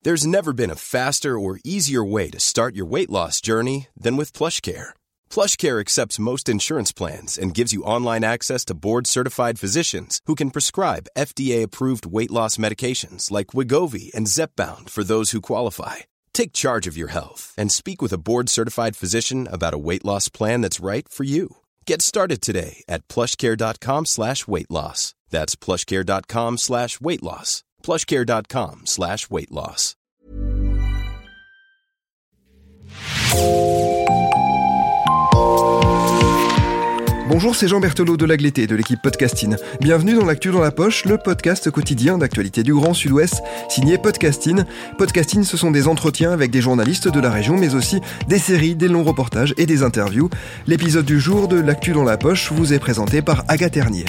There's never been a faster or easier way to start your weight loss journey than with PlushCare. PlushCare accepts most insurance plans and gives you online access to board-certified physicians who can prescribe FDA-approved weight loss medications like Wegovy and Zepbound for those who qualify. Take charge of your health and speak with a board-certified physician about a weight loss plan that's right for you. Get started today at plushcare.com/weightloss. That's plushcare.com/weightloss. plushcare.com/weightloss. Bonjour, c'est Jean Berthelot de l'Agleté, de l'équipe Podcasting. Bienvenue dans l'Actu dans la poche, le podcast quotidien d'actualité du Grand Sud-Ouest, signé Podcasting. Podcasting, ce sont des entretiens avec des journalistes de la région, mais aussi des séries, des longs reportages et des interviews. L'épisode du jour de l'Actu dans la poche vous est présenté par Agathe Ternier.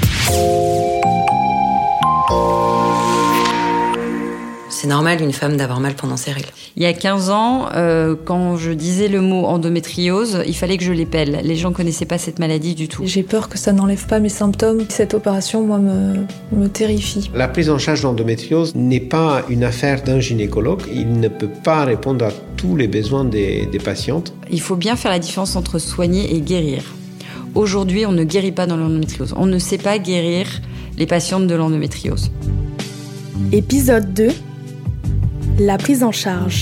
C'est normal, une femme, d'avoir mal pendant ses règles. Il y a 15 ans, quand je disais le mot endométriose, il fallait que je l'épelle. Les gens connaissaient pas cette maladie du tout. J'ai peur que ça n'enlève pas mes symptômes. Cette opération, moi, me terrifie. La prise en charge de l'endométriose n'est pas une affaire d'un gynécologue. Il ne peut pas répondre à tous les besoins des patientes. Il faut bien faire la différence entre soigner et guérir. Aujourd'hui, on ne guérit pas dans l'endométriose. On ne sait pas guérir les patientes de l'endométriose. Épisode 2. La prise en charge.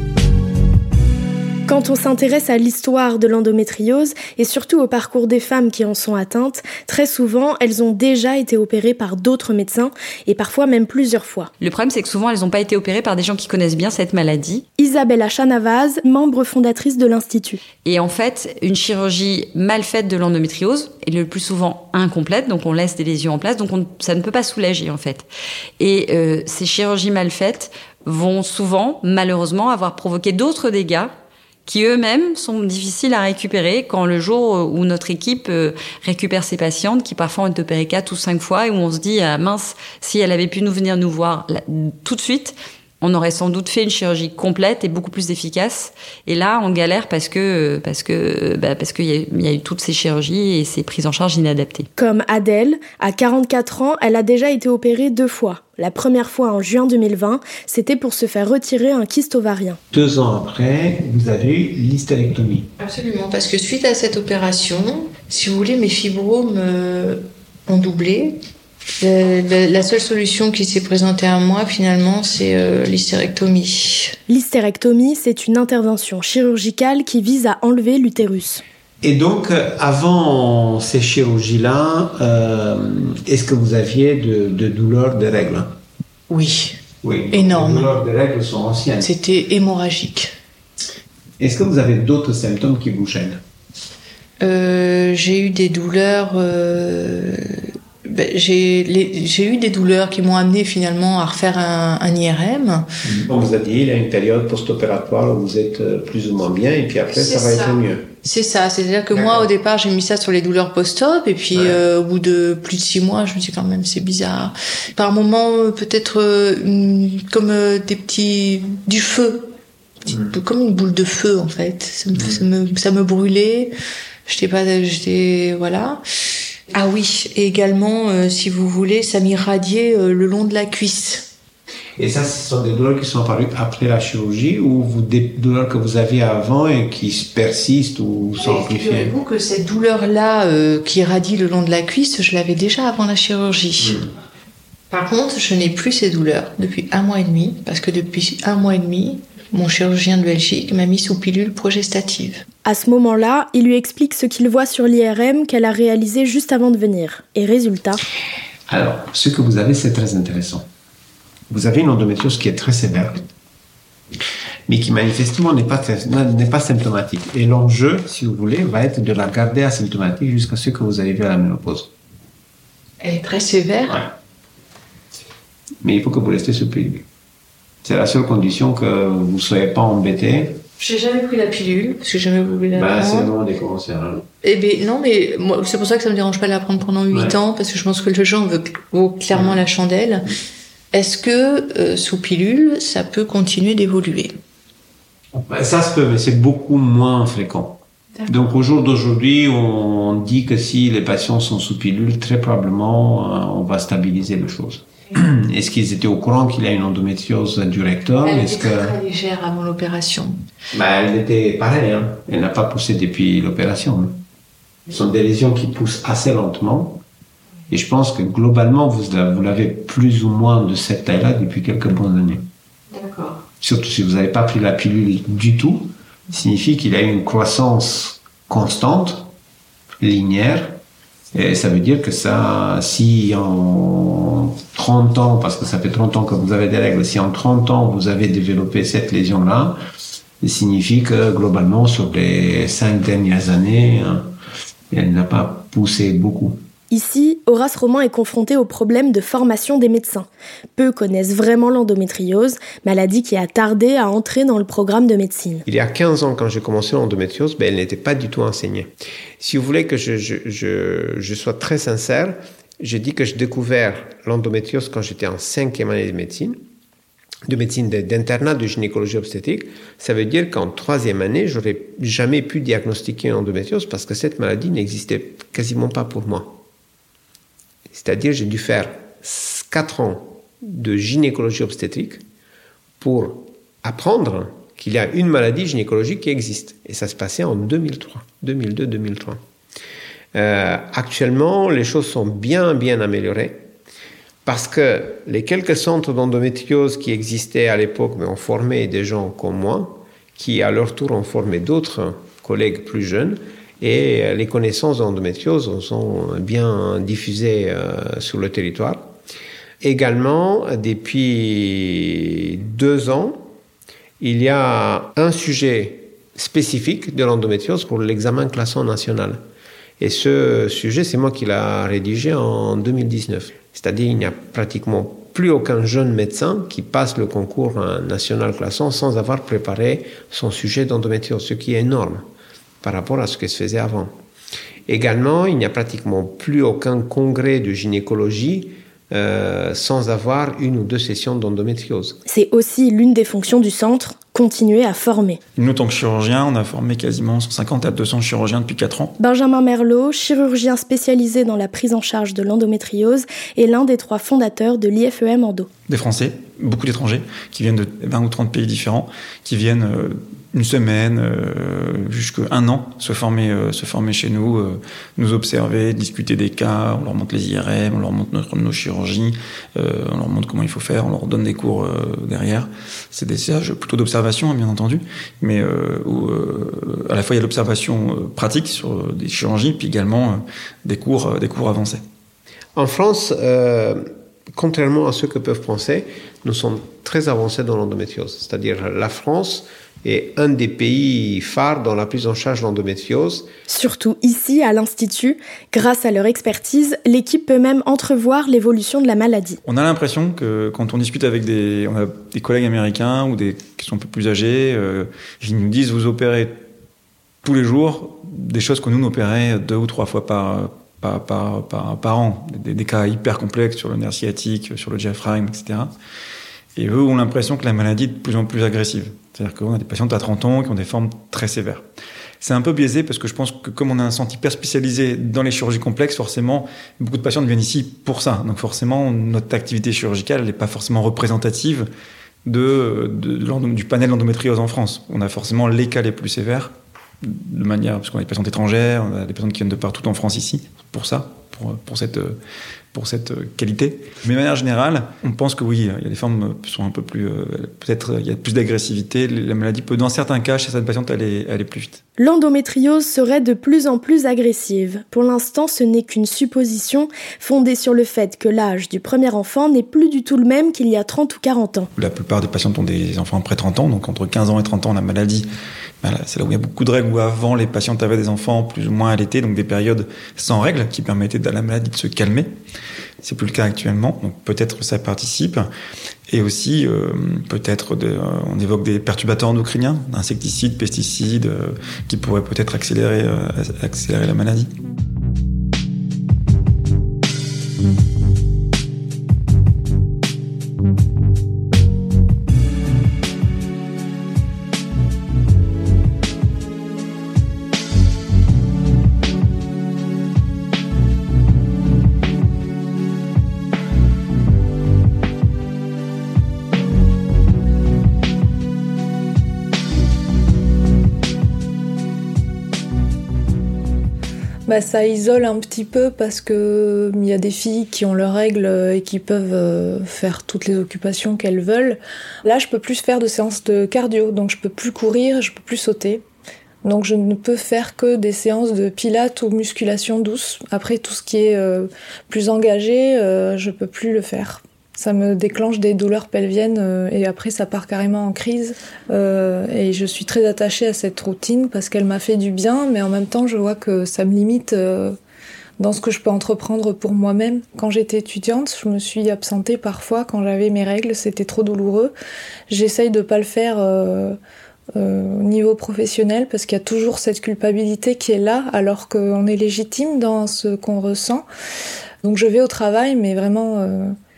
Quand on s'intéresse à l'histoire de l'endométriose et surtout au parcours des femmes qui en sont atteintes, très souvent, elles ont déjà été opérées par d'autres médecins et parfois même plusieurs fois. Le problème, c'est que souvent, elles n'ont pas été opérées par des gens qui connaissent bien cette maladie. Isabella Chanavaz, membre fondatrice de l'Institut. Et en fait, une chirurgie mal faite de l'endométriose est le plus souvent incomplète, donc on laisse des lésions en place, donc ça ne peut pas soulager en fait. Et ces chirurgies mal faites vont souvent, malheureusement, avoir provoqué d'autres dégâts qui eux-mêmes sont difficiles à récupérer quand le jour où notre équipe récupère ces patientes qui parfois ont été opérées 4 ou 5 fois et où on se dit ah, mince, si elle avait pu venir nous voir tout de suite, on aurait sans doute fait une chirurgie complète et beaucoup plus efficace. Et là, on galère parce qu'il y a eu toutes ces chirurgies et ces prises en charge inadaptées. Comme Adèle, à 44 ans, elle a déjà été opérée 2 fois. La première fois en juin 2020, c'était pour se faire retirer un kyste ovarien. 2 ans après, vous avez eu l'hystérectomie. Absolument, parce que suite à cette opération, si vous voulez, mes fibromes ont doublé. La seule solution qui s'est présentée à moi, finalement, c'est l'hystérectomie. L'hystérectomie, c'est une intervention chirurgicale qui vise à enlever l'utérus. Et donc, avant ces chirurgies-là, est-ce que vous aviez de douleurs de règles ? Oui, Les énorme. douleurs de règles sont anciennes. C'était hémorragique. Est-ce que vous avez d'autres symptômes qui vous gênent ? J'ai eu des douleurs... J'ai eu des douleurs qui m'ont amené finalement à refaire un IRM. On vous a dit, il y a une période post-opératoire où vous êtes plus ou moins bien et puis après ça va être mieux. C'est ça, c'est-à-dire que moi au départ j'ai mis ça sur les douleurs post-op et puis au bout de plus de 6 mois je me dis quand même c'est bizarre. Par moments peut-être comme du feu, comme une boule de feu en fait. Ça me brûlait, voilà. Ah oui, et également, si vous voulez, ça m'irradiait le long de la cuisse. Et ça, ce sont des douleurs qui sont apparues après la chirurgie ou des douleurs que vous aviez avant et qui persistent ou sont amplifiées ? Figurez-vous que cette douleur-là qui irradie le long de la cuisse, je l'avais déjà avant la chirurgie. Par contre, je n'ai plus ces douleurs depuis 1 mois et demi, parce que depuis 1 mois et demi, mon chirurgien de Belgique m'a mis sous pilule progestative. À ce moment-là, il lui explique ce qu'il voit sur l'IRM qu'elle a réalisé juste avant de venir. Et résultat... Alors, ce que vous avez, c'est très intéressant. Vous avez une endométriose qui est très sévère, mais qui manifestement n'est pas symptomatique. Et l'enjeu, si vous voulez, va être de la garder asymptomatique jusqu'à ce que vous arriviez à la ménopause. Elle est très sévère ? Ouais. Mais il faut que vous restiez sous pilule. C'est la seule condition que vous ne soyez pas embêté. J'ai jamais pris la pilule, parce que j'ai jamais voulu la prendre. C'est le moment des cancers. Hein. Eh bien, non, mais moi, c'est pour ça que ça me dérange pas de la prendre pendant 8 ans, parce que je pense que le gens vaut clairement la chandelle. Est-ce que, sous pilule, ça peut continuer d'évoluer ? Ça se peut, mais c'est beaucoup moins fréquent. D'accord. Donc, au jour d'aujourd'hui, on dit que si les patients sont sous pilule, très probablement, on va stabiliser les choses. Est-ce qu'ils étaient au courant qu'il y a une endométriose du rectum? Elle était très légère avant l'opération. Elle était pareille, hein. Elle n'a pas poussé depuis l'opération. Hein. Ce sont des lésions qui poussent assez lentement. Et je pense que globalement, vous l'avez plus ou moins de cette taille-là depuis quelques bonnes années. D'accord. Surtout si vous n'avez pas pris la pilule du tout, signifie qu'il y a une croissance constante, linéaire. Et ça veut dire que ça, si en 30 ans, parce que ça fait 30 ans que vous avez des règles, si en 30 ans vous avez développé cette lésion-là, ça signifie que globalement, sur les 5 dernières années, elle n'a pas poussé beaucoup. Ici, Horace Roman est confronté au problème de formation des médecins. Peu connaissent vraiment l'endométriose, maladie qui a tardé à entrer dans le programme de médecine. Il y a 15 ans, quand j'ai commencé l'endométriose, elle n'était pas du tout enseignée. Si vous voulez que je sois très sincère, j'ai dit que j'ai découvert l'endométriose quand j'étais en 5e année de médecine d'internat de gynécologie obstétrique. Ça veut dire qu'en 3e année, j'aurais jamais pu diagnostiquer une endométriose parce que cette maladie n'existait quasiment pas pour moi. C'est-à-dire, j'ai dû faire 4 ans de gynécologie obstétrique pour apprendre qu'il y a une maladie gynécologique qui existe. Et ça se passait en 2002-2003. Actuellement, les choses sont bien améliorées parce que les quelques centres d'endométriose qui existaient à l'époque ont formé des gens comme moi qui, à leur tour, ont formé d'autres collègues plus jeunes. Et les connaissances d'endométriose sont bien diffusées sur le territoire. Également, depuis 2 ans, il y a un sujet spécifique de l'endométriose pour l'examen classant national. Et ce sujet, c'est moi qui l'ai rédigé en 2019. C'est-à-dire qu'il n'y a pratiquement plus aucun jeune médecin qui passe le concours national classant sans avoir préparé son sujet d'endométriose, ce qui est énorme par rapport à ce qui se faisait avant. Également, il n'y a pratiquement plus aucun congrès de gynécologie sans avoir 1 ou 2 sessions d'endométriose. C'est aussi l'une des fonctions du centre, continuer à former. Nous, en tant que chirurgiens, on a formé quasiment 150 à 200 chirurgiens depuis 4 ans. Benjamin Merlot, chirurgien spécialisé dans la prise en charge de l'endométriose, est l'un des 3 fondateurs de l'IFEM Endo. Des Français, beaucoup d'étrangers, qui viennent de 20 ou 30 pays différents, qui viennent une semaine, jusqu'à 1 an, se former chez nous, nous observer, discuter des cas, on leur montre les IRM, on leur montre nos chirurgies, on leur montre comment il faut faire, on leur donne des cours derrière. C'est des stages plutôt d'observation, bien entendu, mais où à la fois il y a l'observation pratique sur des chirurgies, puis également des cours avancés. En France, contrairement à ce que peuvent penser, nous sommes très avancés dans l'endométriose. C'est-à-dire la France est un des pays phares dans la prise en charge de l'endométriose. Surtout ici, à l'Institut, grâce à leur expertise, l'équipe peut même entrevoir l'évolution de la maladie. On a l'impression que quand on discute avec des collègues américains ou qui sont un peu plus âgés, ils nous disent « vous opérez tous les jours des choses que nous opérait 2 ou 3 fois par an, des cas hyper complexes sur le nerf sciatique, sur le diaphragme, etc. Et eux ont l'impression que la maladie est de plus en plus agressive. C'est-à-dire qu'on a des patientes à 30 ans qui ont des formes très sévères. C'est un peu biaisé parce que je pense que comme on a un centre hyper spécialisé dans les chirurgies complexes, forcément, beaucoup de patientes viennent ici pour ça. Donc forcément, notre activité chirurgicale n'est pas forcément représentative du panel d'endométriose en France. On a forcément les cas les plus sévères, de manière, parce qu'on a des patientes étrangères, on a des patientes qui viennent de partout en France ici, pour ça, pour cette qualité. Mais de manière générale, on pense que oui, il y a des formes qui sont un peu plus... peut-être il y a plus d'agressivité. La maladie peut, dans certains cas, chez cette patiente, aller plus vite. L'endométriose serait de plus en plus agressive. Pour l'instant, ce n'est qu'une supposition fondée sur le fait que l'âge du premier enfant n'est plus du tout le même qu'il y a 30 ou 40 ans. La plupart des patientes ont des enfants après 30 ans, donc entre 15 ans et 30 ans, la maladie... c'est là où il y a beaucoup de règles, où avant les patientes avaient des enfants plus ou moins allaités, donc des périodes sans règles qui permettaient à la maladie de se calmer. C'est plus le cas actuellement, donc peut-être ça participe. Et aussi, peut-être, on évoque des perturbateurs endocriniens, insecticides, pesticides, qui pourraient peut-être accélérer la maladie. Ça isole un petit peu parce que il y a des filles qui ont leurs règles et qui peuvent faire toutes les occupations qu'elles veulent. Là, je peux plus faire de séances de cardio, donc je peux plus courir, je peux plus sauter. Donc je ne peux faire que des séances de pilates ou musculation douce. Après, tout ce qui est plus engagé, je peux plus le faire. Ça me déclenche des douleurs pelviennes et après ça part carrément en crise. Et je suis très attachée à cette routine parce qu'elle m'a fait du bien, mais en même temps je vois que ça me limite dans ce que je peux entreprendre pour moi-même. Quand j'étais étudiante, je me suis absentée parfois quand j'avais mes règles, c'était trop douloureux. J'essaye de pas le faire au niveau professionnel parce qu'il y a toujours cette culpabilité qui est là alors qu'on est légitime dans ce qu'on ressent. Donc je vais au travail, mais vraiment...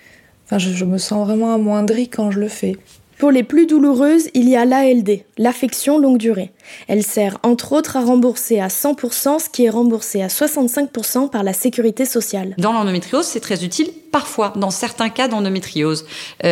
je me sens vraiment amoindrie quand je le fais. Pour les plus douloureuses, il y a l'ALD, l'affection longue durée. Elle sert entre autres à rembourser à 100% ce qui est remboursé à 65% par la sécurité sociale. Dans l'endométriose, c'est très utile parfois, dans certains cas d'endométriose,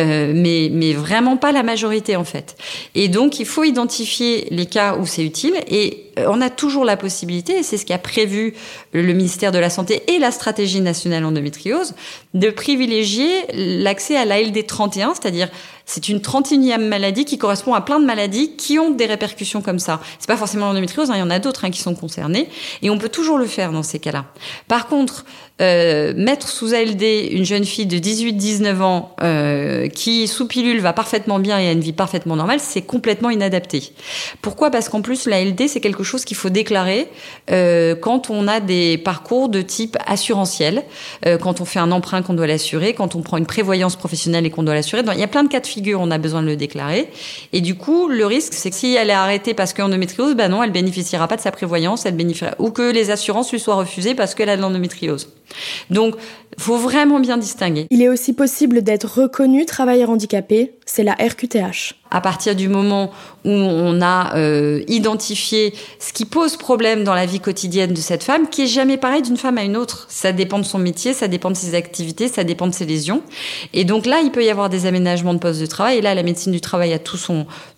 mais vraiment pas la majorité en fait. Et donc, il faut identifier les cas où c'est utile et on a toujours la possibilité, et c'est ce qu'a prévu le ministère de la Santé et la stratégie nationale endométriose, de privilégier l'accès à l'ALD 31, c'est-à-dire c'est une 31e maladie qui correspond à plein de maladies qui ont des répercussions comme ça. C'est pas forcément l'endométriose, il y en a d'autres qui sont concernées, et on peut toujours le faire dans ces cas-là. Par contre, mettre sous ALD une jeune fille de 18-19 ans qui, sous pilule, va parfaitement bien et a une vie parfaitement normale, c'est complètement inadapté. Pourquoi ? Parce qu'en plus, l'ALD, c'est quelque chose qu'il faut déclarer quand on a des parcours de type assurantiel, quand on fait un emprunt qu'on doit l'assurer, quand on prend une prévoyance professionnelle et qu'on doit l'assurer. Donc, il y a plein de cas de figure, on a besoin de le déclarer. Et du coup, le risque, c'est que si elle est arrêtée parce qu'elle a l'endométriose, non, elle bénéficiera pas de sa prévoyance, ou que les assurances lui soient refusées parce qu'elle a de l'endométriose. Donc, faut vraiment bien distinguer. Il est aussi possible d'être reconnu travailleur handicapé, c'est la RQTH. À partir du moment où on a identifié ce qui pose problème dans la vie quotidienne de cette femme, qui est jamais pareil d'une femme à une autre. Ça dépend de son métier, ça dépend de ses activités, ça dépend de ses lésions. Et donc là, il peut y avoir des aménagements de poste de travail. Et là, la médecine du travail a toute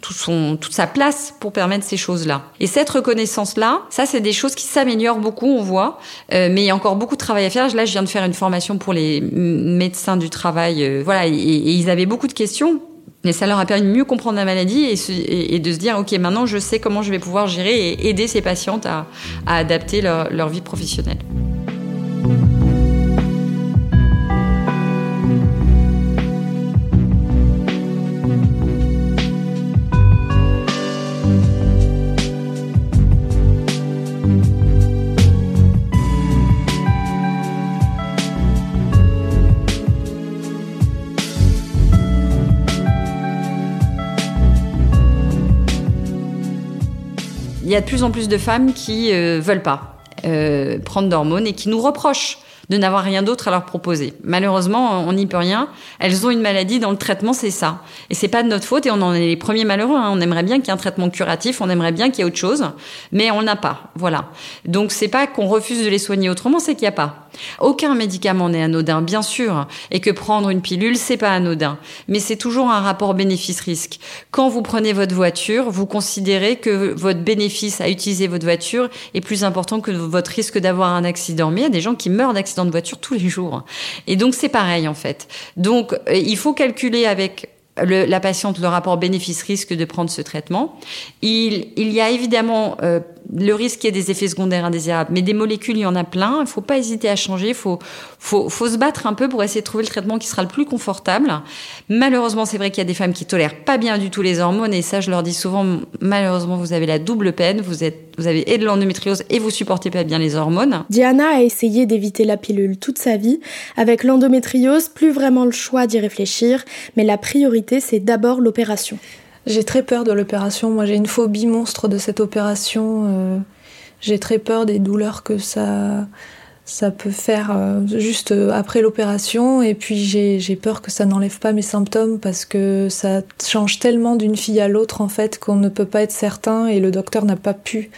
sa place pour permettre ces choses-là. Et cette reconnaissance-là, ça, c'est des choses qui s'améliorent beaucoup, on voit. Mais il y a encore beaucoup de travail à faire. Là, je viens de faire une formation pour les médecins du travail. Et ils avaient beaucoup de questions. Et ça leur a permis de mieux comprendre la maladie et de se dire, OK, maintenant je sais comment je vais pouvoir gérer et aider ces patientes à adapter leur vie professionnelle. Il y a de plus en plus de femmes qui veulent pas prendre d'hormones et qui nous reprochent de n'avoir rien d'autre à leur proposer. Malheureusement, on n'y peut rien. Elles ont une maladie, dans le traitement, c'est ça. Et c'est pas de notre faute et on en est les premiers malheureux. On aimerait bien qu'il y ait un traitement curatif, on aimerait bien qu'il y ait autre chose, mais on n'a pas. Voilà. Donc c'est pas qu'on refuse de les soigner autrement, c'est qu'il n'y a pas. Aucun médicament n'est anodin, bien sûr, et que prendre une pilule, c'est pas anodin. Mais c'est toujours un rapport bénéfice-risque. Quand vous prenez votre voiture, vous considérez que votre bénéfice à utiliser votre voiture est plus important que votre risque d'avoir un accident. Mais il y a des gens qui meurent d'accidents de voiture tous les jours. Et donc, c'est pareil, en fait. Donc, il faut calculer avec la patiente le rapport bénéfice-risque de prendre ce traitement. Il y a évidemment le risque qu'il y ait des effets secondaires indésirables, mais des molécules, il y en a plein. Il ne faut pas hésiter à changer. Il faut se battre un peu pour essayer de trouver le traitement qui sera le plus confortable. Malheureusement, c'est vrai qu'il y a des femmes qui tolèrent pas bien du tout les hormones, et ça, je leur dis souvent, malheureusement, vous avez la double peine. Vous avez et de l'endométriose et vous supportez pas bien les hormones. Diana a essayé d'éviter la pilule toute sa vie. Avec l'endométriose, plus vraiment le choix d'y réfléchir, mais la priorité, c'est d'abord l'opération. J'ai très peur de l'opération. Moi, j'ai une phobie monstre de cette opération. J'ai très peur des douleurs que ça peut faire juste après l'opération. Et puis, j'ai peur que ça n'enlève pas mes symptômes parce que ça change tellement d'une fille à l'autre, en fait, qu'on ne peut pas être certain. Et le docteur n'a pas pu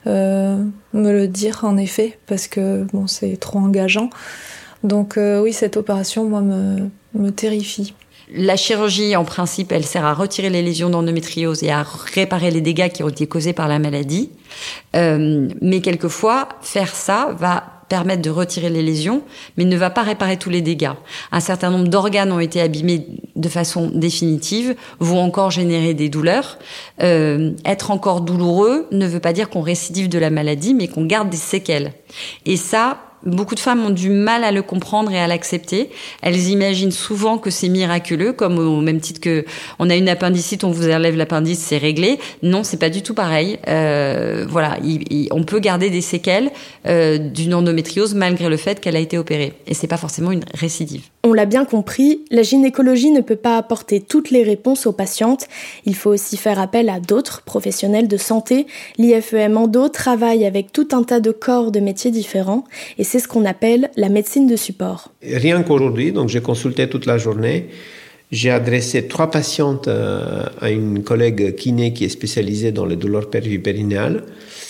me le dire, en effet, parce que bon, c'est trop engageant. Donc oui, cette opération, moi, me terrifie. La chirurgie, en principe, elle sert à retirer les lésions d'endométriose et à réparer les dégâts qui ont été causés par la maladie. Mais quelquefois, faire ça va permettre de retirer les lésions, mais ne va pas réparer tous les dégâts. Un certain nombre d'organes ont été abîmés de façon définitive, vont encore générer des douleurs. Être encore douloureux ne veut pas dire qu'on récidive de la maladie, mais qu'on garde des séquelles. Et ça, beaucoup de femmes ont du mal à le comprendre et à l'accepter. Elles imaginent souvent que c'est miraculeux, comme au même titre que on a une appendicite, on vous enlève l'appendice, c'est réglé. Non, c'est pas du tout pareil. Voilà, on peut garder des séquelles d'une endométriose malgré le fait qu'elle a été opérée. Et c'est pas forcément une récidive. On l'a bien compris, la gynécologie ne peut pas apporter toutes les réponses aux patientes. Il faut aussi faire appel à d'autres professionnels de santé. L'IFEM Endo travaille avec tout un tas de corps de métiers différents et c'est ce qu'on appelle la médecine de support. Rien qu'aujourd'hui, donc j'ai consulté toute la journée. J'ai adressé 3 patientes à une collègue kiné qui est spécialisée dans les douleurs pelvipérinéales.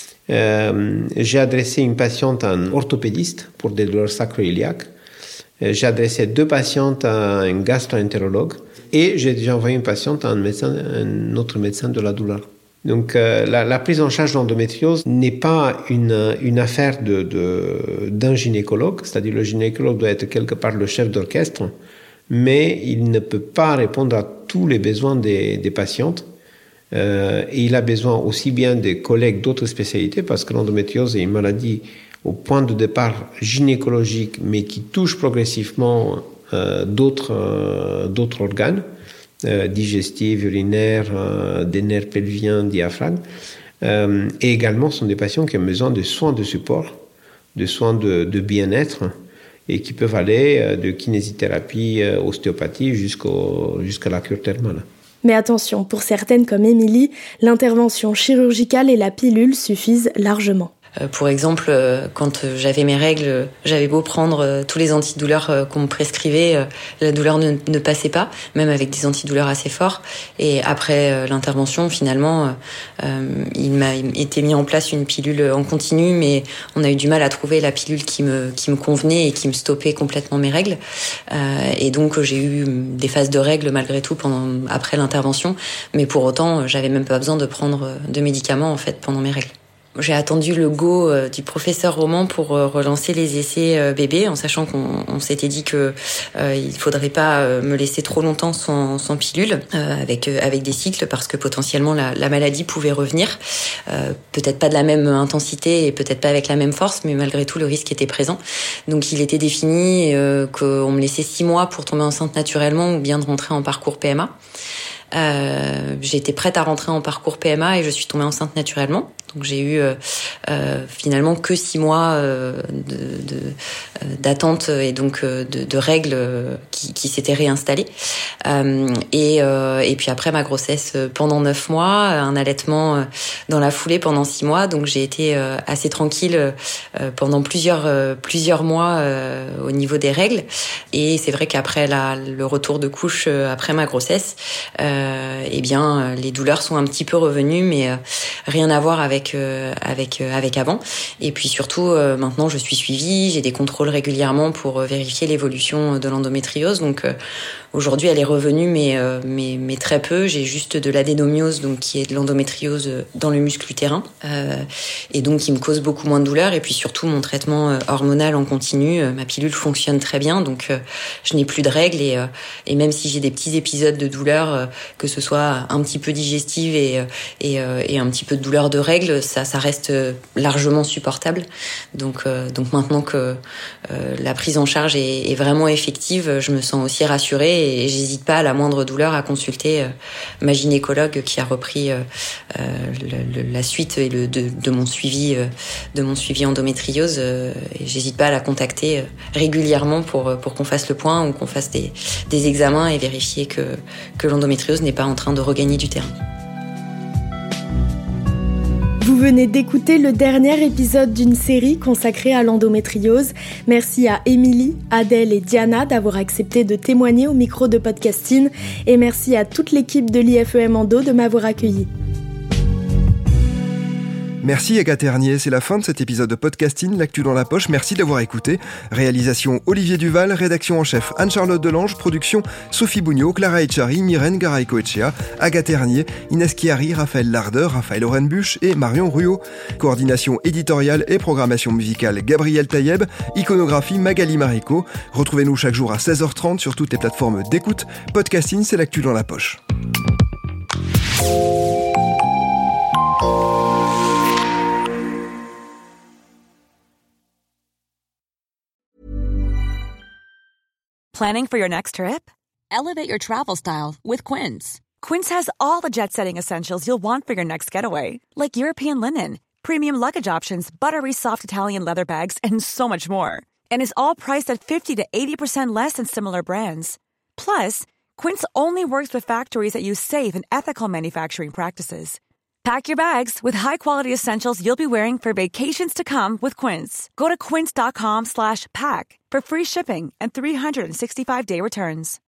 J'ai adressé une patiente à un orthopédiste pour des douleurs sacro-iliaques. J'ai adressé 2 patientes à un gastro-entérologue et j'ai déjà envoyé une patiente à un autre médecin de la douleur. Donc la prise en charge de l'endométriose n'est pas une affaire d'un gynécologue, c'est-à-dire le gynécologue doit être quelque part le chef d'orchestre, mais il ne peut pas répondre à tous les besoins des patientes. Et il a besoin aussi bien des collègues d'autres spécialités, parce que l'endométriose est une maladie au point de départ gynécologique, mais qui touche progressivement d'autres organes, digestifs, urinaires, des nerfs pelviens, diaphragme. Et également, ce sont des patients qui ont besoin de soins de support, de soins de bien-être, et qui peuvent aller de kinésithérapie, ostéopathie, jusqu'à la cure thermale. Mais attention, pour certaines comme Émilie, l'intervention chirurgicale et la pilule suffisent largement. Pour exemple, quand j'avais mes règles, j'avais beau prendre tous les antidouleurs qu'on me prescrivait, la douleur ne passait pas, même avec des antidouleurs assez forts. Et après l'intervention, finalement, il m'a été mis en place une pilule en continu, mais on a eu du mal à trouver la pilule qui me convenait et qui me stoppait complètement mes règles. Et donc j'ai eu des phases de règles malgré tout après l'intervention, mais pour autant, j'avais même pas besoin de prendre de médicaments en fait pendant mes règles. J'ai attendu le go du professeur Roman pour relancer les essais bébés, en sachant qu'on s'était dit que il faudrait pas me laisser trop longtemps sans pilule, avec des cycles, parce que potentiellement la maladie pouvait revenir, peut-être pas de la même intensité et peut-être pas avec la même force, mais malgré tout le risque était présent. Donc il était défini qu'on me laissait 6 mois pour tomber enceinte naturellement ou bien de rentrer en parcours PMA. J'étais prête à rentrer en parcours PMA et je suis tombée enceinte naturellement. Donc j'ai eu finalement que 6 mois d'attente et donc de règles qui s'étaient réinstallées. Et puis après ma grossesse pendant 9 mois, un allaitement dans la foulée pendant 6 mois. Donc j'ai été assez tranquille pendant plusieurs mois au niveau des règles. Et c'est vrai qu'après le retour de couche après ma grossesse, eh bien les douleurs sont un petit peu revenues, mais rien à voir avec avant. Et puis surtout maintenant je suis suivie, j'ai des contrôles régulièrement pour vérifier l'évolution de l'endométriose. Donc aujourd'hui elle est revenue, mais très peu. J'ai juste de l'adénomiose, donc qui est de l'endométriose dans le muscle utérin, et donc qui me cause beaucoup moins de douleurs. Et puis surtout mon traitement hormonal en continu, ma pilule fonctionne très bien, donc je n'ai plus de règles, et même si j'ai des petits épisodes de douleur, que ce soit un petit peu digestive et un petit peu de douleur de règles, ça reste largement supportable. Donc maintenant que la prise en charge est vraiment effective, je me sens aussi rassurée et j'hésite pas à la moindre douleur à consulter ma gynécologue qui a repris la suite et de mon suivi endométriose. Et j'hésite pas à la contacter régulièrement pour qu'on fasse le point ou qu'on fasse des examens et vérifier que l'endométriose n'est pas en train de regagner du terrain. Vous venez d'écouter le dernier épisode d'une série consacrée à l'endométriose. Merci à Émilie, Adèle et Diana d'avoir accepté de témoigner au micro de Podcasting, et merci à toute l'équipe de l'IFEM Endo de m'avoir accueilli. Merci Agathe Hernier, c'est la fin de cet épisode de Podcasting, l'actu dans la poche. Merci de l'avoir écouté. Réalisation Olivier Duval, rédaction en chef Anne-Charlotte Delange, production Sophie Bougnot, Clara Echari, Myrène Garay-Coetchea, Agathe Hernier, Inès Chiari, Raphaël Larder, Raphaël Orenbuch et Marion Ruot. Coordination éditoriale et programmation musicale Gabriel Taïeb, iconographie Magali Marico. Retrouvez-nous chaque jour à 16h30 sur toutes les plateformes d'écoute. Podcasting, c'est l'actu dans la poche. Planning for your next trip? Elevate your travel style with Quince. Quince has all the jet-setting essentials you'll want for your next getaway, like European linen, premium luggage options, buttery soft Italian leather bags, and so much more. And is all priced at 50 to 80% less than similar brands. Plus, Quince only works with factories that use safe and ethical manufacturing practices. Pack your bags with high-quality essentials you'll be wearing for vacations to come with Quince. Go to quince.com/pack for free shipping and 365-day returns.